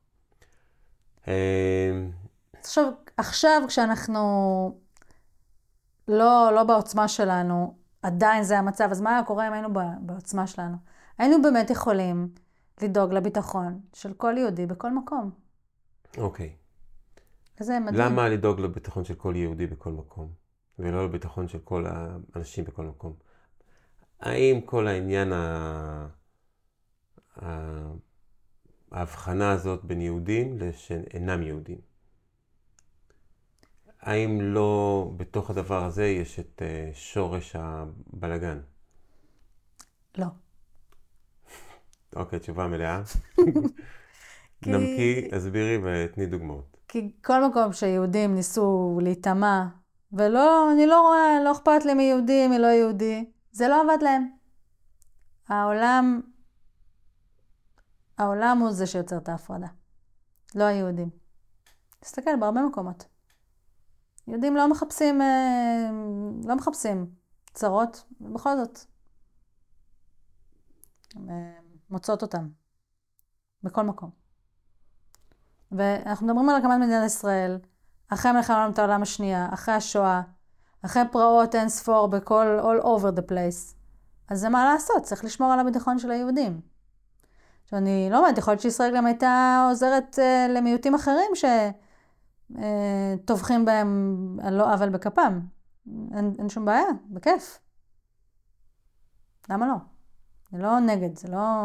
עכשיו, עכשיו כשאנחנו לא, לא בעוצמה שלנו, עדיין זה המצב, אז מה היה קורה אם היינו בעוצמה שלנו? היינו באמת יכולים לדאוג לביטחון של כל יהודי בכל מקום. אוקיי. וזה מדהים. למה לדאוג לביטחון של כל יהודי בכל מקום, ולא לביטחון של כל האנשים בכל מקום? האם כל העניין, ה... ההבחנה הזאת בין יהודים לשאינם יהודים? האם לא בתוך הדבר הזה יש את שורש הבלגן? לא. אוקיי, תשובה מלאה. נמקי, הסבירי ותני דוגמאות. כי כל מקום שיהודים ניסו להתאמה, ולא, אני לא רואה, לא אכפת לי מי יהודי, מי לא יהודי, זה לא עבד להם. העולם, העולם הוא זה שיוצר את ההפרדה, לא היהודים. תסתכל בהרבה מקומות. יהודים לא מחפשים, לא מחפשים צרות, ובכל זאת מוצאות אותם בכל מקום. ואנחנו מדברים על הקמת מדינת ישראל, אחרי מלחמת העולם השנייה, אחרי השואה, אחרי פרעות אין ספור בכל, all over the place. אז זה מה לעשות, צריך לשמור על הביטחון של היהודים. עכשיו אני לא אומרת, יכול להיות שישראל גם הייתה עוזרת uh, למיעוטים אחרים שטובחים uh, בהם על לא עוול בכפם. אין, אין שום בעיה, בכיף. למה לא? זה לא נגד, זה לא...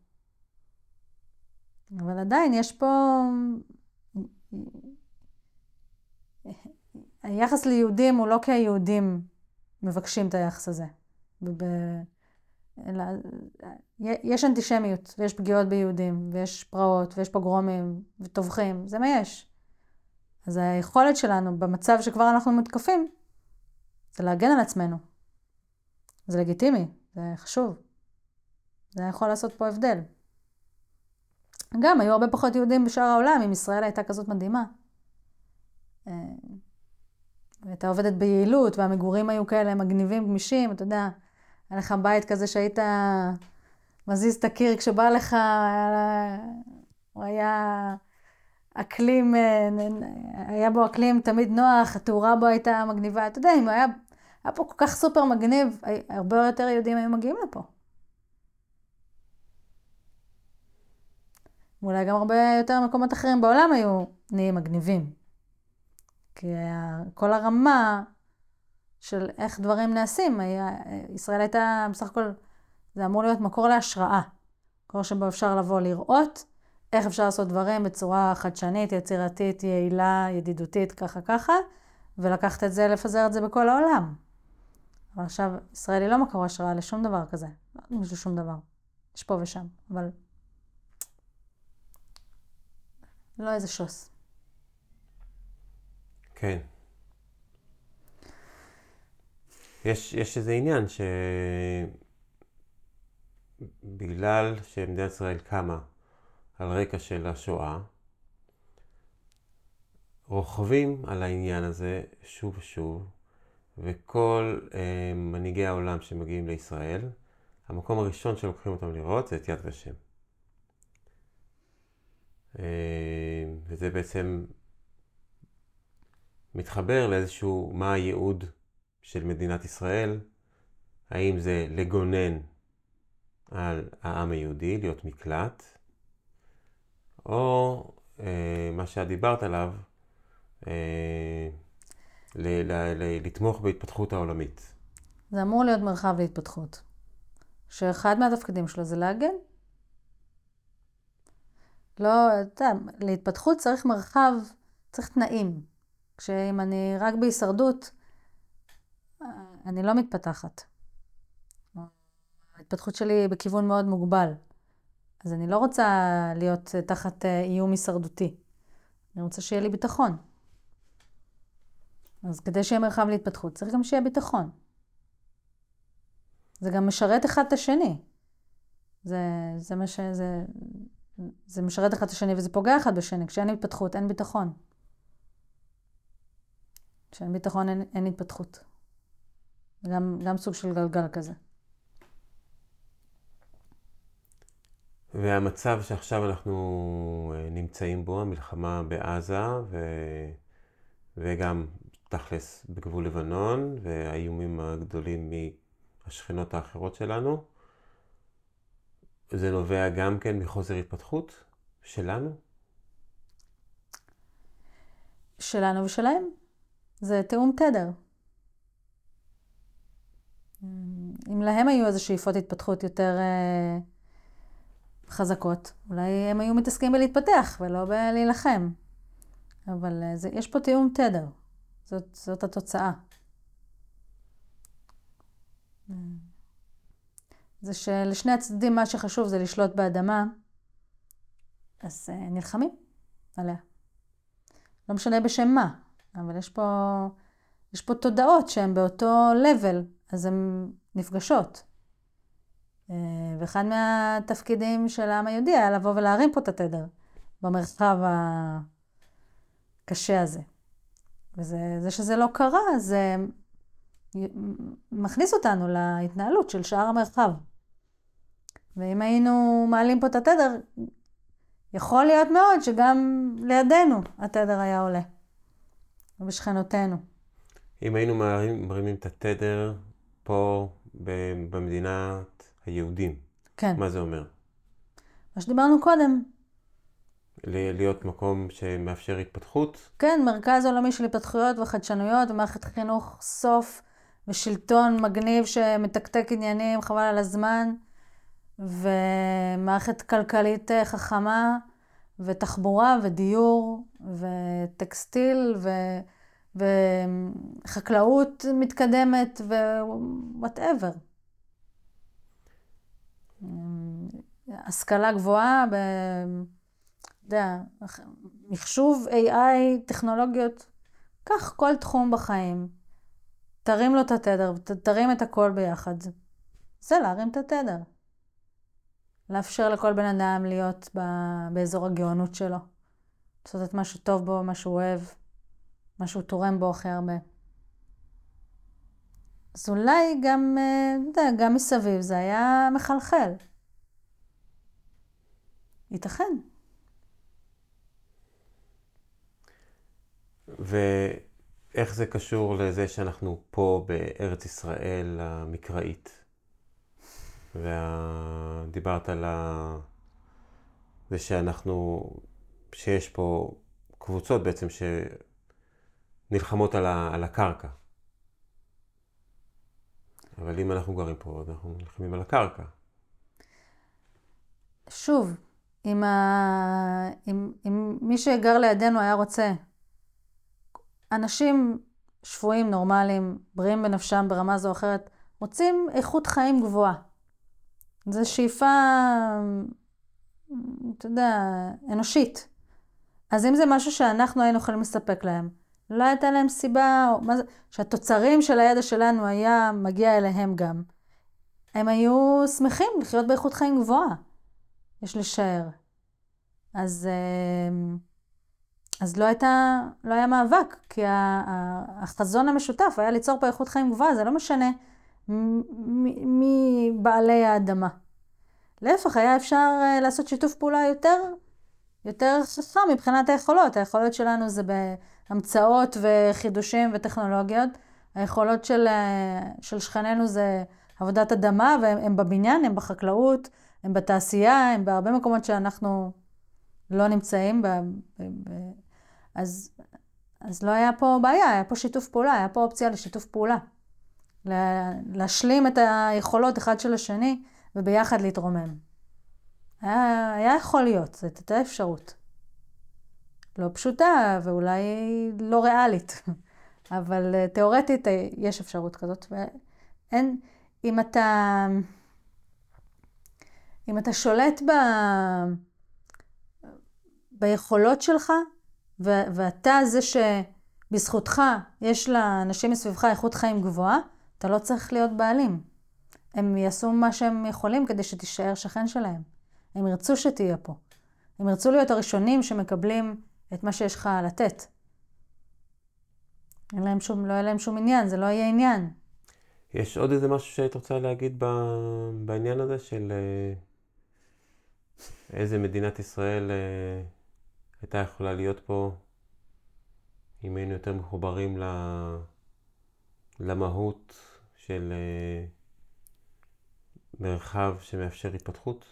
אבל עדיין יש פה... היחס ליהודים הוא לא כי היהודים מבקשים את היחס הזה. וב... אלא... יש אנטישמיות, ויש פגיעות ביהודים, ויש פרעות, ויש פוגרומים, וטובחים, זה מה יש. אז היכולת שלנו, במצב שכבר אנחנו מתקפים, זה להגן על עצמנו. זה לגיטימי, זה חשוב. זה יכול לעשות פה הבדל. גם, היו הרבה פחות יהודים בשאר העולם, אם ישראל הייתה כזאת מדהימה. והייתה עובדת ביעילות, והמגורים היו כאלה מגניבים, גמישים, אתה יודע, היה לך בית כזה שהיית מזיז את הקיר כשבא לך, הוא היה אקלים, היה בו אקלים תמיד נוח, התאורה בו הייתה מגניבה, אתה יודע, אם היה, היה פה כל כך סופר מגניב, הרבה יותר יהודים היו מגיעים לפה. ואולי גם הרבה יותר מקומות אחרים בעולם היו נהיים מגניבים. כי כל הרמה של איך דברים נעשים, היה, ישראל הייתה בסך הכל, זה אמור להיות מקור להשראה. מקור שבו אפשר לבוא לראות איך אפשר לעשות דברים בצורה חדשנית, יצירתית, יעילה, ידידותית, ככה ככה, ולקחת את זה, לפזר את זה בכל העולם. אבל עכשיו, ישראל היא לא מקור השראה לשום דבר כזה. לא יש שום דבר. יש פה ושם, אבל... לא איזה שוס. כן. יש, יש איזה עניין שבגלל שמדינת ישראל קמה על רקע של השואה, רוכבים על העניין הזה שוב ושוב, וכל אה, מנהיגי העולם שמגיעים לישראל, המקום הראשון שלוקחים אותם לראות זה את יד ושם. אה, וזה בעצם מתחבר לאיזשהו מה הייעוד של מדינת ישראל, האם זה לגונן על העם היהודי, להיות מקלט, או אה, מה שאת דיברת עליו, אה, ל- ל- ל- לתמוך בהתפתחות העולמית. זה אמור להיות מרחב להתפתחות. שאחד מהתפקידים שלו זה להגן. לא, אתה יודע, להתפתחות צריך מרחב, צריך תנאים. כשאם אני רק בהישרדות, אני לא מתפתחת. ההתפתחות שלי היא בכיוון מאוד מוגבל. אז אני לא רוצה להיות תחת איום הישרדותי. אני רוצה שיהיה לי ביטחון. אז כדי שיהיה מרחב להתפתחות, צריך גם שיהיה ביטחון. זה גם משרת אחד את השני. זה, זה, מש, זה, זה משרת אחד את השני וזה פוגע אחד בשני. כשאין התפתחות, אין ביטחון. כשאין ביטחון, אין, אין התפתחות. גם, גם סוג של גלגל כזה. והמצב שעכשיו אנחנו נמצאים בו, המלחמה בעזה, ו... וגם תכלס בגבול לבנון, והאיומים הגדולים מהשכנות האחרות שלנו, זה נובע גם כן מחוסר התפתחות שלנו? שלנו ושלהם. זה תאום תדר. אם להם היו איזה שאיפות התפתחות יותר אה, חזקות, אולי הם היו מתעסקים בלהתפתח ולא בלהילחם. אבל אה, זה, יש פה תאום תדר. זאת, זאת התוצאה. זה שלשני הצדדים מה שחשוב זה לשלוט באדמה, אז אה, נלחמים עליה. לא משנה בשם מה, אבל יש פה, יש פה תודעות שהן באותו level, אז הן נפגשות. ואחד מהתפקידים של העם היהודי היה לבוא ולהרים פה את התדר, במרחב הקשה הזה. וזה שזה לא קרה, זה מכניס אותנו להתנהלות של שאר המרחב. ואם היינו מעלים פה את התדר, יכול להיות מאוד שגם לידינו התדר היה עולה. ובשכנותינו. אם היינו מרימים, מרימים את התדר פה במדינת היהודים, כן. מה זה אומר? מה שדיברנו קודם. להיות מקום שמאפשר התפתחות? כן, מרכז עולמי של התפתחויות וחדשנויות, ומערכת חינוך סוף, ושלטון מגניב שמתקתק עניינים, חבל על הזמן, ומערכת כלכלית חכמה, ותחבורה ודיור, וטקסטיל, ו... וחקלאות מתקדמת, ו-whatever. השכלה גבוהה, ב... יודע, מחשוב, איי איי, טכנולוגיות, כך כל תחום בחיים. תרים לו את התדר, תרים את הכל ביחד. זה להרים את התדר. לאפשר לכל בן אדם להיות באזור הגאונות שלו. לעשות את מה שטוב בו, מה שהוא אוהב, מה שהוא תורם בו הכי הרבה. אז אולי גם, יודע, גם מסביב זה היה מחלחל. ייתכן. ואיך זה קשור לזה שאנחנו פה בארץ ישראל המקראית? ודיברת על זה שאנחנו, שיש פה קבוצות בעצם שנלחמות על, ה... על הקרקע. אבל אם אנחנו גרים פה, אנחנו נלחמים על הקרקע. שוב, אם, ה... אם, אם מי שגר לידינו היה רוצה, אנשים שפויים, נורמליים, בריאים בנפשם ברמה זו או אחרת, רוצים איכות חיים גבוהה. זו שאיפה, אתה יודע, אנושית. אז אם זה משהו שאנחנו היינו יכולים לספק להם, לא הייתה להם סיבה, מה זה, שהתוצרים של הידע שלנו היה מגיע אליהם גם. הם היו שמחים לחיות באיכות חיים גבוהה, יש לשער. אז, אז לא הייתה, לא היה מאבק, כי החזון המשותף היה ליצור פה איכות חיים גבוהה, זה לא משנה מבעלי האדמה. להפך, היה אפשר לעשות שיתוף פעולה יותר, יותר חכם מבחינת היכולות. היכולות שלנו זה בהמצאות וחידושים וטכנולוגיות. היכולות של, של שכנינו זה עבודת אדמה, והם בבניין, הם בחקלאות, הם בתעשייה, הם בהרבה מקומות שאנחנו לא נמצאים. ב, ב, ב, אז, אז לא היה פה בעיה, היה פה שיתוף פעולה, היה פה אופציה לשיתוף פעולה. להשלים את היכולות אחד של השני, וביחד להתרומם. היה, היה יכול להיות, זאת הייתה אפשרות. לא פשוטה ואולי לא ריאלית, אבל תיאורטית יש אפשרות כזאת. ואין, אם אתה, אם אתה שולט ב, ביכולות שלך, ו, ואתה זה שבזכותך יש לאנשים מסביבך איכות חיים גבוהה, אתה לא צריך להיות בעלים. הם יעשו מה שהם יכולים כדי שתישאר שכן שלהם. הם ירצו שתהיה פה. הם ירצו להיות הראשונים שמקבלים את מה שיש לך לתת. אין להם שום, לא יהיה להם שום עניין, זה לא יהיה עניין. יש עוד איזה משהו שהיית רוצה להגיד בעניין הזה של איזה מדינת ישראל הייתה יכולה להיות פה אם היינו יותר מחוברים למהות של מרחב שמאפשר התפתחות?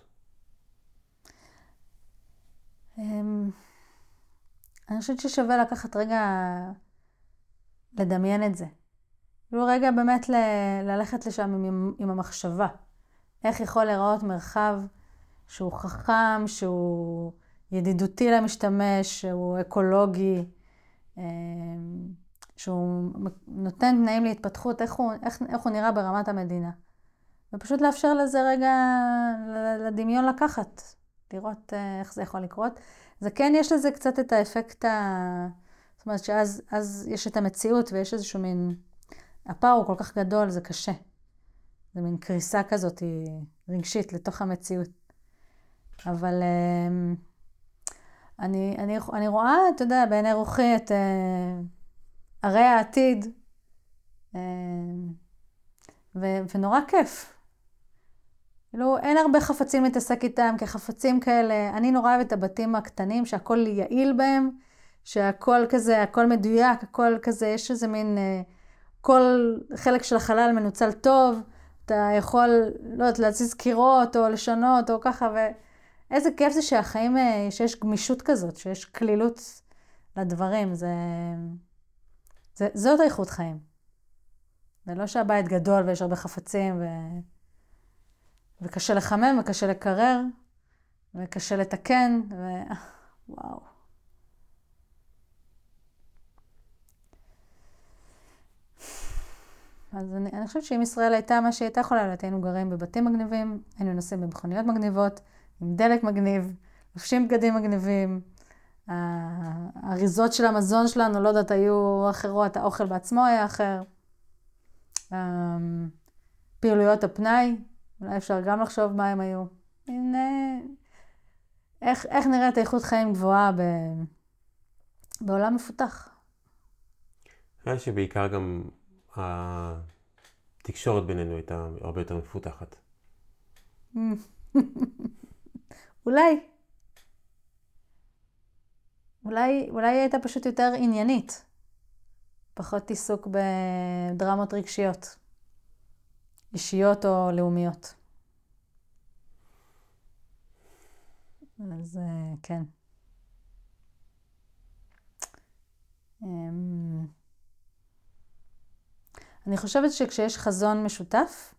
אני חושבת ששווה לקחת רגע לדמיין את זה. לא רגע באמת ל- ללכת לשם עם, עם המחשבה. איך יכול להיראות מרחב שהוא חכם, שהוא ידידותי למשתמש, שהוא אקולוגי, שהוא נותן תנאים להתפתחות, איך הוא, איך, איך הוא נראה ברמת המדינה. ופשוט לאפשר לזה רגע לדמיון לקחת, לראות איך זה יכול לקרות. זה כן, יש לזה קצת את האפקט, ה... זאת אומרת שאז אז יש את המציאות ויש איזשהו מין, הפער הוא כל כך גדול, זה קשה. זה מין קריסה כזאת רגשית לתוך המציאות. אבל אני, אני, אני רואה, אתה יודע, בעיני רוחי את ערי העתיד, ו, ונורא כיף. לא, אין הרבה חפצים להתעסק איתם, כחפצים כאלה. אני נורא אוהבת את הבתים הקטנים, שהכל יעיל בהם, שהכל כזה, הכל מדויק, הכל כזה, יש איזה מין, כל חלק של החלל מנוצל טוב, אתה יכול, לא יודעת, להזיז קירות או לשנות או ככה, ואיזה כיף זה שהחיים, שיש גמישות כזאת, שיש כלילות לדברים, זה, זה, זאת איכות חיים. זה לא שהבית גדול ויש הרבה חפצים ו... וקשה לחמם, וקשה לקרר, וקשה לתקן, ו... וואו. אז אני, אני חושבת שאם ישראל הייתה מה שהייתה יכולה להיות, היינו גרים בבתים מגניבים, היינו נוסעים במכוניות מגניבות, עם דלק מגניב, לובשים בגדים מגניבים, האריזות של המזון שלנו, לא יודעת, היו אחרות, האוכל בעצמו היה אחר. פעילויות הפנאי, אולי אפשר גם לחשוב מה הם היו. הנה, איך, איך נראית איכות חיים גבוהה ב... בעולם מפותח? נראה שבעיקר גם התקשורת בינינו הייתה הרבה יותר מפותחת. אולי. אולי, אולי היא הייתה פשוט יותר עניינית. פחות עיסוק בדרמות רגשיות. אישיות או לאומיות. אז כן. אני חושבת שכשיש חזון משותף,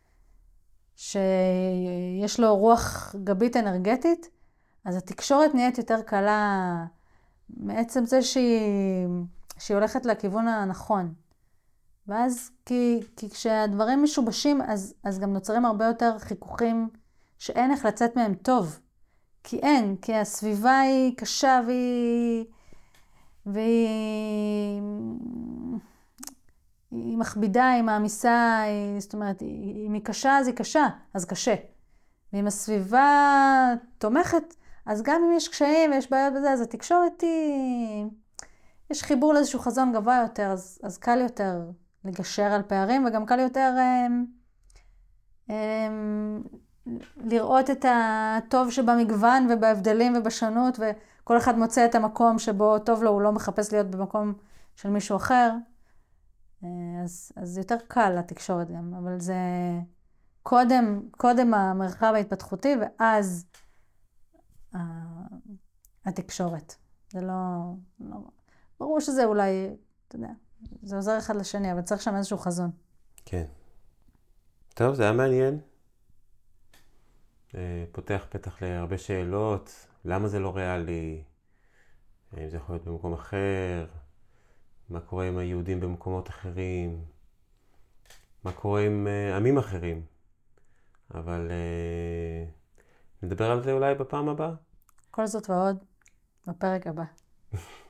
שיש לו רוח גבית אנרגטית, אז התקשורת נהיית יותר קלה מעצם זה שהיא, שהיא הולכת לכיוון הנכון. ואז, כי, כי כשהדברים משובשים, אז, אז גם נוצרים הרבה יותר חיכוכים שאין איך לצאת מהם טוב. כי אין, כי הסביבה היא קשה והיא, והיא היא מכבידה, היא מעמיסה, היא, זאת אומרת, אם היא קשה אז היא קשה, אז קשה. ואם הסביבה תומכת, אז גם אם יש קשיים ויש בעיות בזה, אז התקשורת היא, יש חיבור לאיזשהו חזון גבוה יותר, אז, אז קל יותר לגשר על פערים, וגם קל יותר הם, הם, לראות את הטוב שבמגוון ובהבדלים ובשונות, וכל אחד מוצא את המקום שבו טוב לו, הוא לא מחפש להיות במקום של מישהו אחר. אז, אז יותר קל לתקשורת גם, אבל זה קודם, קודם המרחב ההתפתחותי, ואז התקשורת. זה לא, לא, ברור שזה אולי, אתה יודע, זה עוזר אחד לשני, אבל צריך שם איזשהו חזון. כן. טוב, זה היה מעניין. פותח פתח להרבה שאלות, למה זה לא ריאלי, אם זה יכול להיות במקום אחר, מה קורה עם היהודים במקומות אחרים, מה קורה עם uh, עמים אחרים. אבל uh, נדבר על זה אולי בפעם הבאה. כל זאת ועוד בפרק הבא.